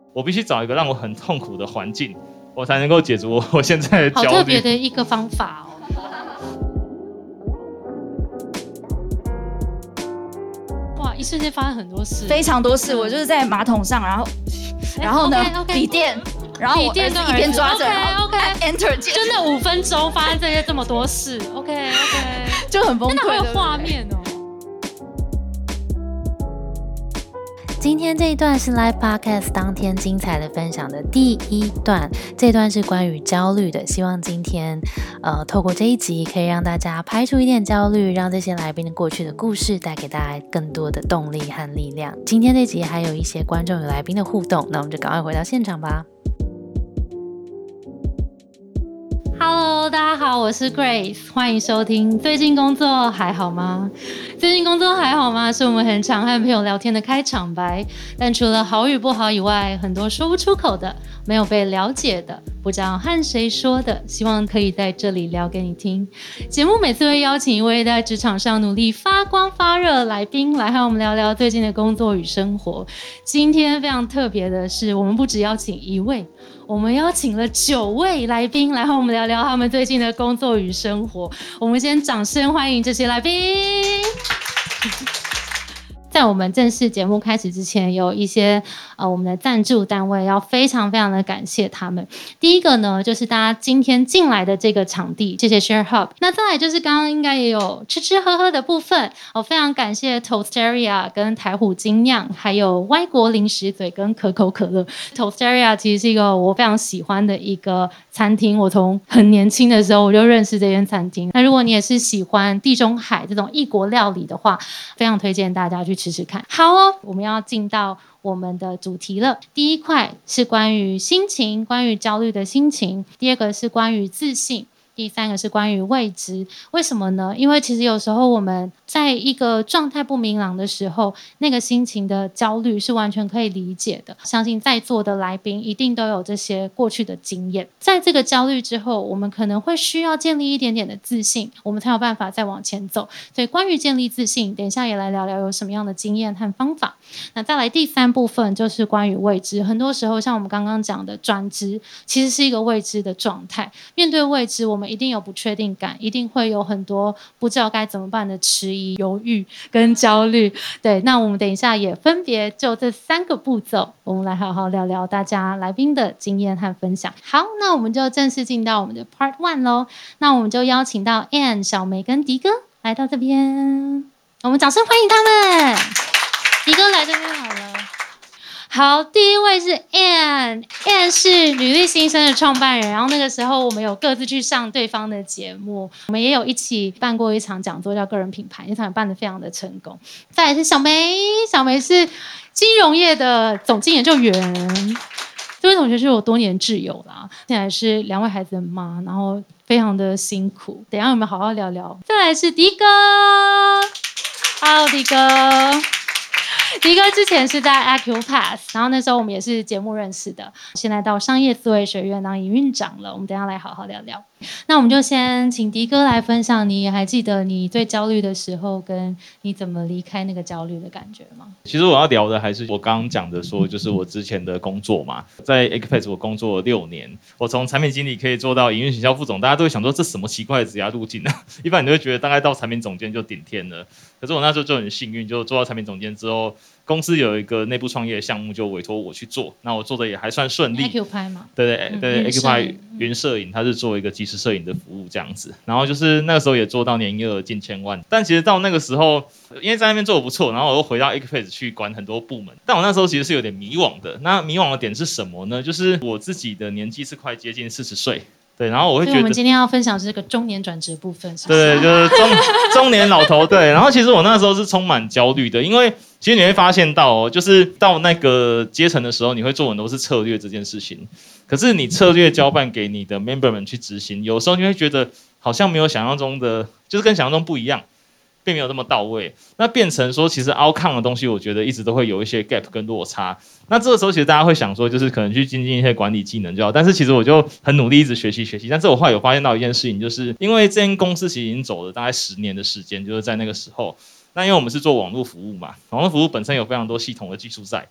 我必须找一个让我很痛苦的环境，我才能够解除我现在的焦虑。 好特别的一个方法哦。哇，一瞬间发生很多事， 非常多事。我就是在马桶上，然后呢，笔电，然后我儿子一边抓着，然后按 Enter 键， 就那5分钟发生这么多事，OK， 就很崩溃。 真的好有画面哦。 今天这一段是 Live Podcast 当天精彩的分享的第1段，这一段是关于焦虑的，希望今天透过这一集可以让大家排除一点焦虑，让这些来宾的过去的故事带给大家更多的动力和力量。今天这集还有一些观众与来宾的互动，那我们就赶快回到现场吧。 Hello， 大家好，我是 Grace， 欢迎收听。最近工作还好吗？最近工作还好吗？是我们很常和朋友聊天的开场白。但除了好与不好以外，很多说不出口的，没有被了解的，不知道和谁说的，希望可以在这里聊给你听。节目每次会邀请一位在职场上努力发光发热的来宾来和我们聊聊最近的工作与生活。今天非常特别的是，我们不只邀请1位，我们邀请了9位来宾来和我们聊聊他们最近的工作与生活。我们先掌声欢迎这些来宾。在我们正式节目开始之前，有一些我们的赞助单位要非常非常的感谢他们。第一个呢，就是大家今天进来的这个场地，谢谢 ShareHub。那再来就是刚刚应该也有吃吃喝喝的部分，非常感谢 Toasteria 跟台虎精酿，还有歪国零食嘴跟可口可乐。Toasteria 其实是一个我非常喜欢的一个餐厅，我从很年轻的时候我就认识这间餐厅。那如果你也是喜欢地中海这种异国料理的话，非常推荐大家去吃吃看。好哦，我们要进到我们的主题了。第一块是关于心情，关于焦虑的心情；第二个是关于自信；第三个是关于未知。为什么呢？因为其实有时候我们在一个状态不明朗的时候，那个心情的焦虑是完全可以理解的。相信在座的来宾一定都有这些过去的经验。在这个焦虑之后，我们可能会需要建立一点点的自信，我们才有办法再往前走。所以关于建立自信，等一下也来聊聊有什么样的经验和方法。那再来第3部分就是关于未知。很多时候像我们刚刚讲的转职，其实是一个未知的状态。面对未知，我们一定有不确定感，一定会有很多不知道该怎么办的迟疑、犹豫跟焦虑。对，那我们等一下也分别就这3个步骤，我们来好好聊聊大家来宾的经验和分享。好，那我们就正式进到我们的 Part 1 咯。那我们就邀请到 Ann、小梅跟迪哥来到这边，我们掌声欢迎他们。迪哥来这边好了。好，第一位是 Ann 是女力新生的创办人，然后那个时候我们有各自去上对方的节目，我们也有一起办过一场讲座叫个人品牌，那场也办得非常的成功。再来是小梅是金融业的总经研究员，这位同学是我多年挚友啦，现在是2位孩子的妈，然后非常的辛苦，等一下我们好好聊聊。再来是迪哥，Hello 迪哥。迪哥之前是在 Acupass， 然后那时候我们也是节目认识的，现在到商业思维学院当营运长了，我们等一下来好好聊聊。那我们就先请迪哥来分享，你还记得你最焦虑的时候跟你怎么离开那个焦虑的感觉吗？ 其实我要聊的还是我刚刚讲的说，就是我之前的工作嘛，在 Acupass 我工作了6年，我从产品经理可以做到营运行销副总，大家都会想说这什么奇怪的职涯路径啊？一般你都会觉得大概到产品总监就顶天了，可是我那时候就很幸运，就做到产品总监之后，公司有一个内部创业的项目就委托我去做，那我做的也还算顺利。 Acupass 嘛， 对 Acupass 云摄影，它是做一个即时摄影的服务这样子，然后就是那个时候也做到年营业额近1000万，但其实到那个时候，因为在那边做得不错，然后我又回到 Acupass 去管很多部门，但我那时候其实是有点迷惘的。那迷惘的点是什么呢？就是我自己的年纪是快接近40岁。对，然后我会觉得， 所以我们今天要分享这个中年转职部分是不是？ 对，就是中年老头。对，然后其实我那时候是充满焦虑的，因为其实你会发现到哦，就是到那个阶层的时候，你会做很多是策略这件事情，可是你策略交办给你的 member 们去执行，有时候你会觉得好像没有想象中的，就是跟想象中不一样。并没有那么到位，那变成说其实 outcome 的东西，我觉得一直都会有一些 gap 跟落差。那这个时候其实大家会想说，就是可能去精进一些管理技能就好。但是其实我就很努力，一直学习。但是我后来有发现到一件事情，就是因为这间公司其实已经走了大概10年的时间，就是在那个时候。那因为我们是做网络服务嘛，网络服务本身有非常多系统的技术在。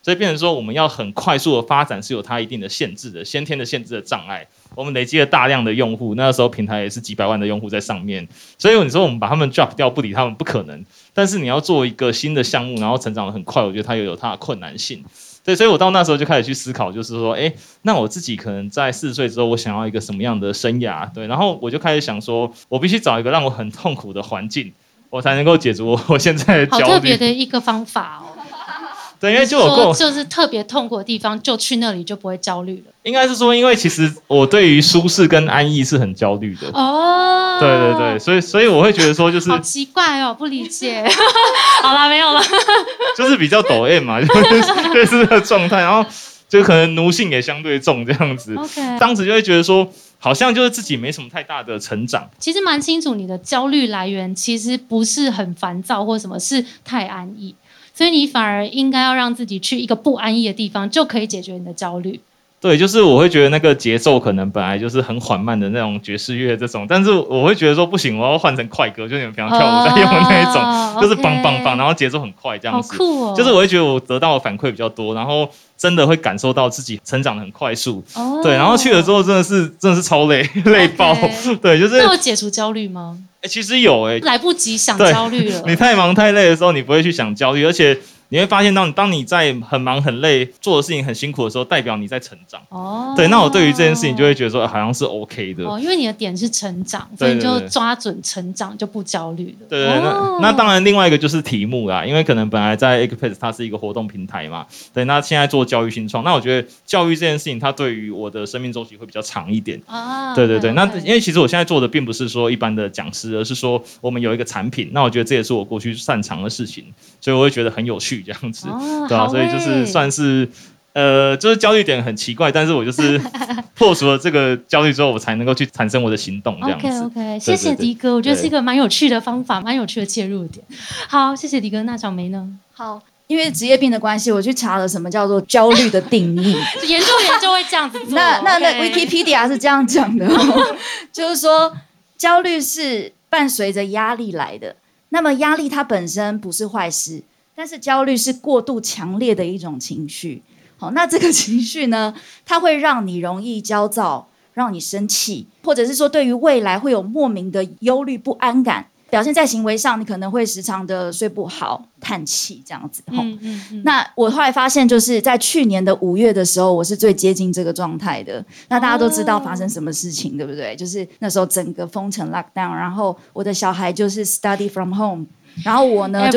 所以变成说我们要很快速的发展是有它一定的限制的，先天的限制的障碍。我们累积了大量的用户，那时候平台也是几百万的用户在上面，所以你说我们把他们 drop 掉不理他们不可能，但是你要做一个新的项目，然后成长得很快，我觉得它有它的困难性。对，所以我到那时候就开始去思考，就是说，那我自己可能在40岁之后，我想要一个什么样的生涯？对，然后我就开始想说，我必须找一个让我很痛苦的环境，我才能够解除我现在的焦虑。 好特别的一个方法哦。 对，因为就是特别痛苦的地方，就去那里就不会焦虑了。 应该是说，因为其实我对于舒适跟安逸是很焦虑的。哦，对对对，所以我会觉得说，就是好奇怪哦，不理解。好啦，没有了。 就是比较抖 M 嘛，就是这个状态，然后就可能奴性也相对重这样子。 OK， 当时就会觉得说，好像就是自己没什么太大的成长。 其实蛮清楚你的焦虑来源，其实不是很烦躁或什么，是太安逸。所以你反而应该要让自己去一个不安逸的地方，就可以解决你的焦虑。 对，就是我会觉得那个节奏可能本来就是很缓慢的那种爵士乐这种，但是我会觉得说不行，我要换成快歌，就你们平常跳舞在用的那一种，就是梆梆梆，然后节奏很快这样子。 好酷哦！ 就是我会觉得我得到的反馈比较多，然后真的会感受到自己成长得很快速。哦，对，然后去了之后真的是超累，累爆。对，就是。 那有解除焦虑吗？ 其实有来不及想焦虑了。 你太忙太累的时候，你不会去想焦虑，而且你会发现当你在很忙很累做的事情很辛苦的时候，代表你在成长。哦，对，那我对于这件事情就会觉得说好像是 OK 的。 哦，因为你的点是成长，所以你就抓准成长就不焦虑了。 对对，那当然另外一个就是题目啦，因为可能本来在 Apex 它是一个活动平台嘛，对，那现在做教育新创，那我觉得教育这件事情它对于我的生命周期会比较长一点。啊，对对对，那因为其实我现在做的并不是说一般的讲师，而是说我们有一个产品，那我觉得这也是我过去擅长的事情，所以我会觉得很有趣这样子。对啊，所以就是算是就是焦虑点很奇怪，但是我就是破除了这个焦虑之后，我才能够去产生我的行动这样子。 OK， 谢谢迪哥，我觉得是一个蛮有趣的方法，蛮有趣的切入点。好，谢谢迪哥。那小梅呢？ 好，因为职业病的关系，我去查了什么叫做焦虑的定义。 研究会这样子做。 那 Wikipedia 是这样讲的，就是说焦虑是伴随着压力来的。那么压力它本身不是坏事，但是焦虑是过度强烈的一种情绪。好，那这个情绪呢，它会让你容易焦躁，让你生气，或者是说对于未来会有莫名的忧虑不安感，表现在行为上，你可能会时常的睡不好、叹气这样子。那我后来发现，就是在去年的5月的时候，我是最接近这个状态的。那大家都知道发生什么事情，对不对？就是那时候整个封城 lockdown， 然后我的小孩就是 study from home， 然后我呢就是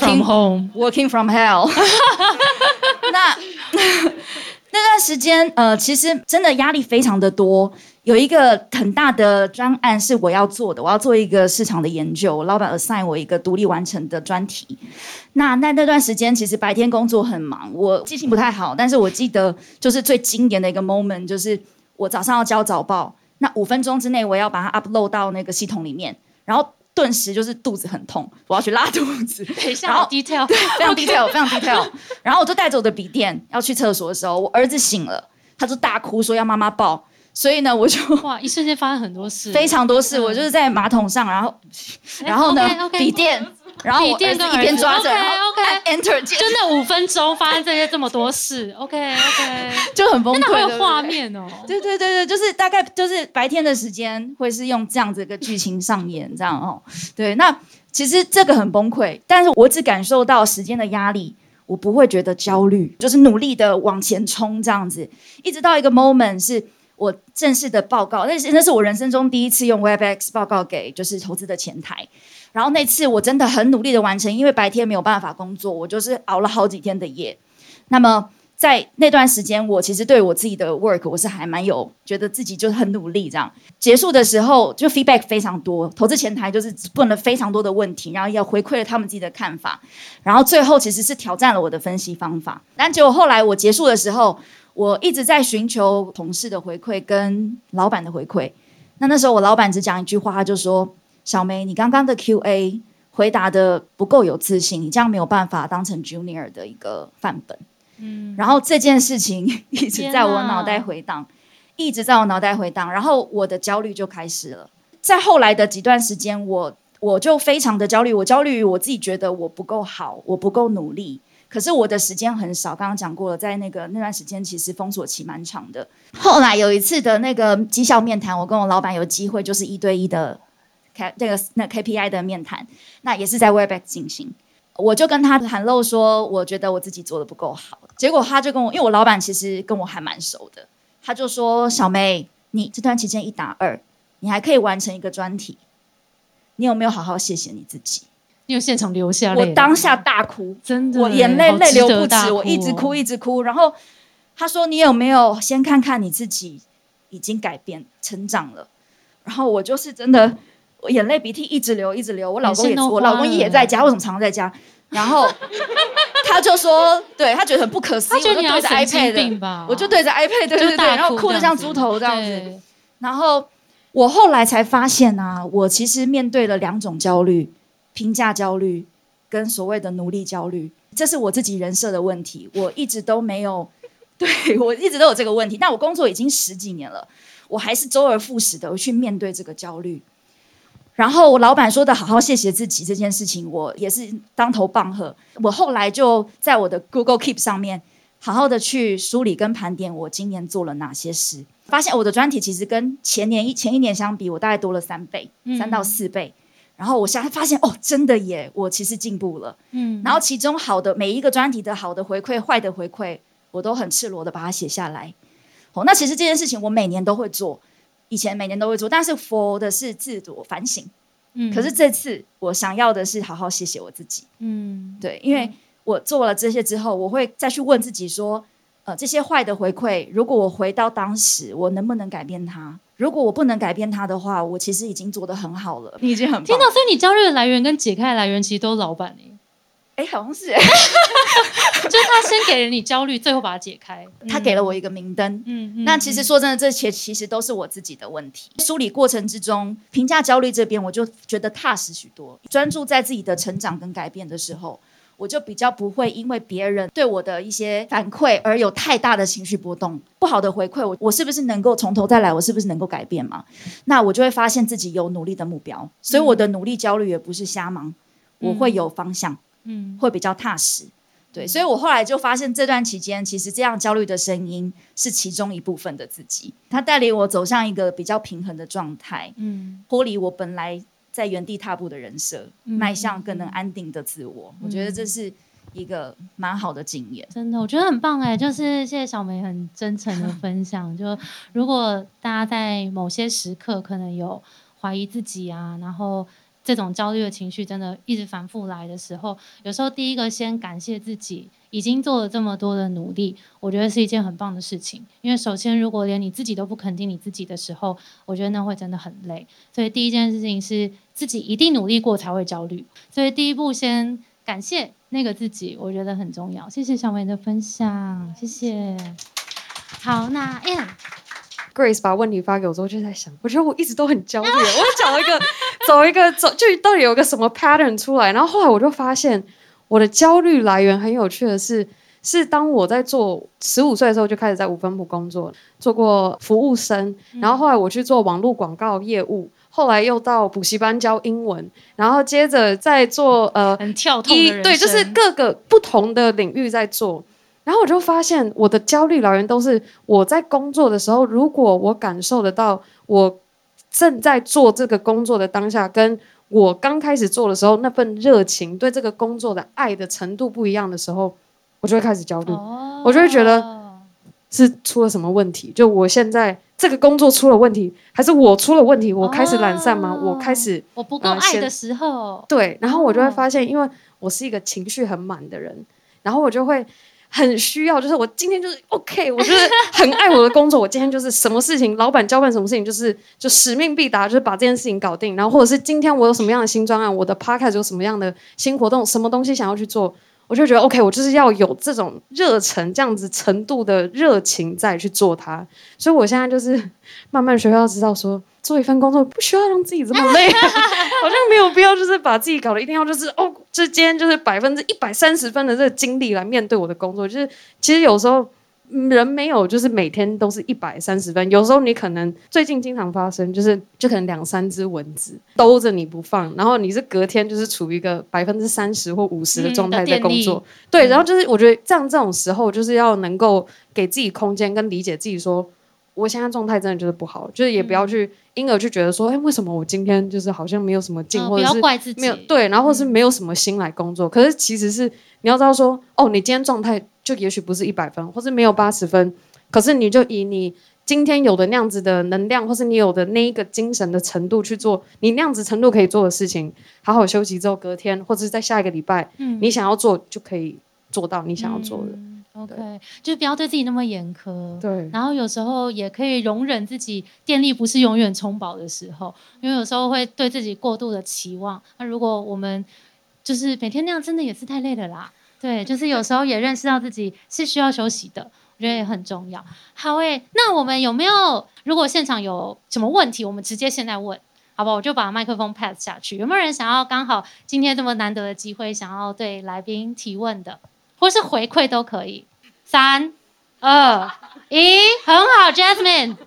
working from hell 那段时间其实真的压力非常的多。有一个很大的专案是我要做的，我要做一个市场的研究，我老板 assign 我一个独立完成的专题。那段时间其实白天工作很忙，我记性不太好，但是我记得就是最经典的一个 moment， 就是我早上要交早报，那5分钟之内我要把它 upload 到那个系统里面，然后顿时就是肚子很痛，我要去拉肚子。 等一下，好 detail， 对，非常 detail， 非常 detail。然后我就带着我的笔电要去厕所的时候，我儿子醒了，他就大哭说要妈妈抱。所以呢，我就哇，一瞬间发生很多事， 非常多事。我就是在马桶上，然后呢，笔电，然后我儿子一边抓着，然后按 Enter 键， 就那5分钟发生这么多事 ，OK， 就很崩溃。 真的会有画面哦。 对，就是大概就是白天的时间会是用这样子一个剧情上演这样哦。对，那其实这个很崩溃，但是我只感受到时间的压力。我不会觉得焦虑，就是努力的往前冲这样子，一直到一个 moment 是我正式的报告，那是我人生中第一次用 Webex 报告给就是投资的前台，然后那次我真的很努力的完成，因为白天没有办法工作，我就是熬了好几天的夜。那么在那段时间，我其实对我自己的 work 我是还蛮有觉得自己就是很努力这样。结束的时候就 feedback 非常多，投资前台就是问了非常多的问题，然后要回馈了他们自己的看法，然后最后其实是挑战了我的分析方法。但结果后来我结束的时候，我一直在寻求同事的回馈跟老板的回馈。那时候我老板只讲一句话，他就说：小梅，你刚刚的 QA 回答的不够有自信，你这样没有办法当成 junior 的一个范本。然后这件事情一直在我脑袋回荡，一直在我脑袋回荡，然后我的焦虑就开始了。在后来的几段时间，我就非常的焦虑，我焦虑于我自己觉得我不够好，我不够努力。可可是我的时间很少，刚刚讲过了，在那段时间其实封锁期蛮长的。后来有一次的那个绩效面谈，我跟我老板有机会就是1对1的那 KPI 的面谈，那也是在 Webex 进行。我就跟他袒露说，我觉得我自己做的不够好。结果他就跟我，因为我老板其实跟我还蛮熟的，他就说：“小梅，你这段期间1打2，你还可以完成一个专题，你有没有好好谢谢你自己？” 你有现场流下泪？ 我当下大哭， 真的， 我眼泪泪流不止， 我一直哭一直哭。然后他说：“你有没有先看看你自己已经改变成长了？”然后我就是真的，我眼泪鼻涕一直流一直流。我老公也在家，为什么常常在家？然后他就说，对他觉得很不可思议， 他觉得你要神经病我吧？ 我就对着 iPad， 对，然后哭得像猪头这样子。然后我后来才发现啊，我其实面对了2种焦虑。评价焦虑跟所谓的努力焦虑，这是我自己人设的问题，我一直都没有，对，我一直都有这个问题。但我工作已经10几年了，我还是周而复始的去面对这个焦虑。然后我老板说的好好谢谢自己这件事情，我也是当头棒喝。我后来就在我的 Google Keep 上面好好的去梳理跟盘点我今年做了哪些事，发现我的专题其实跟前一年相比，我大概多了3倍，3到4倍。然后我现在发现，真的耶，我其实进步了。然后其中好的每一个专题的好的回馈、坏的回馈，我都很赤裸的把它写下来。那其实这件事情我每年都会做，以前每年都会做，但是 for 的是自我反省。可是这次我想要的是好好谢谢我自己。对，因为我做了这些之后，我会再去问自己说，这些坏的回馈，如果我回到当时，我能不能改变它？如果我不能改变它的话，我其实已经做得很好了，你已经很棒了。 天哪，所以你焦虑的来源跟解开的来源其实都是老板好像是就是他先给了你焦虑，最后把它解开。 他给了我一个明灯。那其实说真的，这些其实都是我自己的问题。梳理过程之中，评价焦虑这边，我就觉得踏实许多，专注在自己的成长跟改变的时候，我就比较不会因为别人对我的一些反馈而有太大的情绪波动。不好的回馈，我是不是能够从头再来？我是不是能够改变嘛？那我就会发现自己有努力的目标，所以我的努力焦虑也不是瞎忙，我会有方向，会比较踏实。对，所以我后来就发现这段期间，其实这样焦虑的声音是其中一部分的自己，它带领我走向一个比较平衡的状态，脱离我本来在原地踏步的人设，迈向更能安定的自我。我觉得这是一个蛮好的经验。 真的，我觉得很棒就是谢谢小梅很真诚的分享。就如果大家在某些时刻可能有怀疑自己啊，然后这种焦虑的情绪真的一直反复来的时候，有时候第一个先感谢自己已经做了这么多的努力，我觉得是一件很棒的事情。因为首先如果连你自己都不肯定你自己的时候，我觉得那会真的很累。所以第一件事情是自己一定努力过才会焦虑，所以第一步先感谢那个自己，我觉得很重要。谢谢小梅的分享，谢谢。好，那 Grace 把问题发给我之后，就在想，我觉得我一直都很焦虑，我要走，就到底有个什么 pattern 出来。然后后来我就发现，我的焦虑来源很有趣的是当我在做15岁的时候就开始在五分埔工作，做过服务生，然后后来我去做网络广告业务，后来又到补习班教英文，然后接着在做很跳痛的人生， 对，就是各个不同的领域在做。然后我就发现我的焦虑来源都是我在工作的时候，如果我感受得到我正在做这个工作的当下，跟我刚开始做的时候那份热情对这个工作的爱的程度不一样的时候，我就会开始焦虑。我就会觉得是出了什么问题，就我现在这个工作出了问题，还是我出了问题？我开始懒散吗？我开始我不够爱的时候， 对，然后我就会发现，因为我是一个情绪很满的人，然后我就会很需要，就是我今天就是 OK， 我就是很爱我的工作，我今天就是什么事情，老板交办什么事情，就使命必达，就是把这件事情搞定。然后或者是今天我有什么样的新专案，我的 podcast 有什么样的新活动，什么东西想要去做，我就觉得 OK， 我就是要有这种热忱，这样子程度的热情再去做它。所以我现在就是慢慢学要知道说，做一份工作不需要让自己这么累，好像没有必要就是把自己搞得一定要就是这今天就是130%分的这个精力来面对我的工作。就是其实有时候人没有就是每天都是130分，有时候你可能最近经常发生，就可能2-3只蚊子兜着你不放，然后你是隔天就是处于一个30%或50%的状态在工作，对，然后就是我觉得这种时候就是要能够给自己空间跟理解自己说，我现在状态真的就是不好，就是也不要去因而去觉得说，为什么我今天就是好像没有什么劲，或者是不要怪自己， 没有对，然后或是没有什么心来工作，可是其实是你要知道说，你今天状态就也许不是100分，或是没有80分，可是你就以你今天有的那样子的能量，或是你有的那一个精神的程度去做你那样子程度可以做的事情，好好休息之后，隔天或者是在下一个礼拜，你想要做就可以做到你想要做的。 OK， 就是不要对自己那么严苛， 对， 然后有时候也可以容忍自己电力不是永远充饱的时候，因为有时候会对自己过度的期望。那如果我们就是每天那样，真的也是太累了啦。对，就是有时候也认识到自己是需要休息的，我觉得也很重要。好那我们有没有，如果现场有什么问题，我们直接现在问，好不好？我就把麦克风 pass 下去。有没有人想要刚好今天这么难得的机会，想要对来宾提问的？或是回馈都可以。3、2、1，很好 ，Jasmine。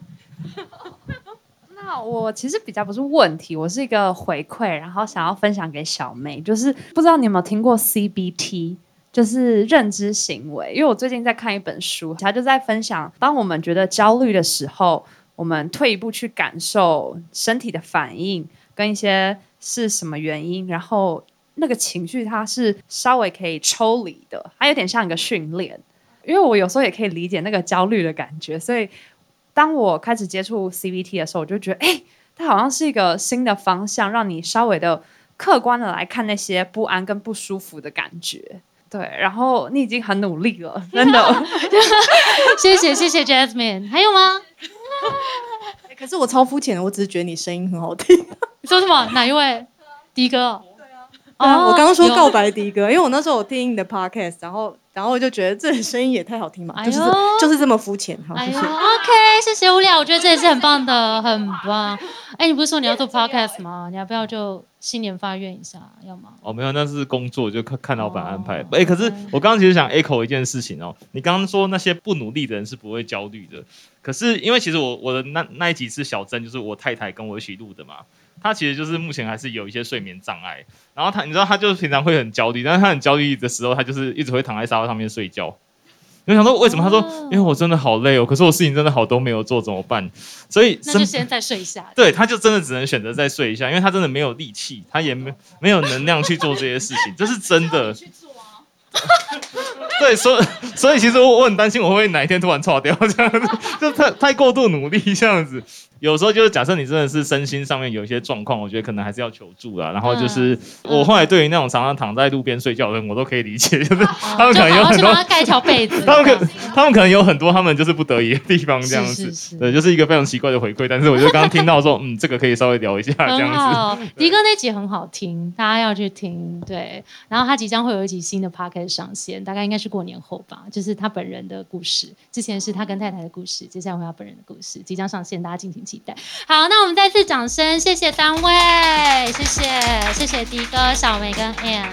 那我其实比较不是问题，我是一个回馈，然后想要分享给小妹，就是不知道你有没有听过 CBT， 就是认知行为。因为我最近在看一本书，它就在分享，当我们觉得焦虑的时候，我们退一步去感受身体的反应，跟一些是什么原因，然后那个情绪它是稍微可以抽离的，它有点像一个训练。因为我有时候也可以理解那个焦虑的感觉，所以当我开始接触 CBT 的时候，我就觉得它好像是一个新的方向，让你稍微的客观的来看那些不安跟不舒服的感觉。对，然后你已经很努力了，真的。 谢谢 Jasmine。还有吗？ 可是我超肤浅的，我只是觉得你声音很好听。 你说什么？哪一位？迪哥？ 我刚刚说告白迪哥，因为我那时候有听你的 podcast， 然后我就觉得这声音也太好听嘛，就是这么肤浅。好，谢谢。 OK， 谢谢无聊，我觉得这也是很棒的，很棒。你不是说你要做 podcast 吗？你要不要就新年发愿一下？要吗？ 没有，那是工作，就看老板安排。可是我刚刚其实想 echo 一件事情哦，你刚刚说那些不努力的人是不会焦虑的，可是因为其实我的那一集是小珍，就是我太太跟我一起录的嘛。他其实就是目前还是有一些睡眠障碍，然后你知道他就是平常会很焦虑，但是他很焦虑的时候，他就是一直会躺在沙发上面睡觉。你想说为什么？他说因为我真的好累哦，可是我事情真的好多没有做，怎么办？所以那就先再睡一下。 对，他就真的只能选择再睡一下，因为他真的没有力气，他也没有能量去做这些事情，这是真的。对，所以其实我很担心我会哪一天突然挫掉这样子，就太过度努力这样子。有时候就是假设你真的是身心上面有一些状况，我觉得可能还是要求助啦。然后就是我后来对于那种常常躺在路边睡觉的人，我都可以理解，就是他们可能有很多， 就帮他盖一条被子。 他们可能有很多他们就是不得已的地方这样子。是对，就是一个非常奇怪的回馈。但是我就刚刚听到说，这个可以稍微聊一下这样子。 迪哥那集很好听，大家要去听。对，然后他即将会有一集新的 podcast 上线，大概应该是过年后吧，就是他本人的故事。之前是他跟太太的故事，接下来会他本人的故事即将上线，大家敬请期待。好，那我们再次掌声，谢谢单位，谢谢迪哥、小梅跟 Ann。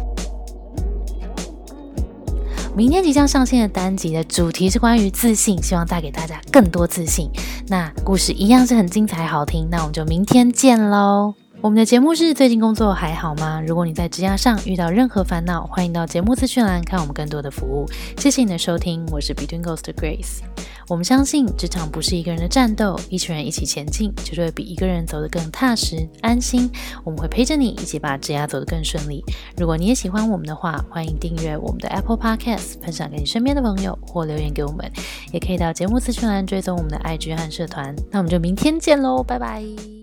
明天即将上线的单集的主题是关于自信，希望带给大家更多自信。那故事一样是很精彩好听，那我们就明天见咯。我们的节目是最近工作还好吗？如果你在职涯上遇到任何烦恼，欢迎到节目资讯栏看我们更多的服务。谢谢你的收听，我是 Between Ghost Grace。我们相信职场不是一个人的战斗，一群人一起前进，绝对会比一个人走得更踏实安心。我们会陪着你一起把职涯走得更顺利。如果你也喜欢我们的话，欢迎订阅我们的 Apple Podcast， 分享给你身边的朋友或留言给我们，也可以到节目资讯栏追踪我们的 IG 和社团。那我们就明天见咯，拜拜。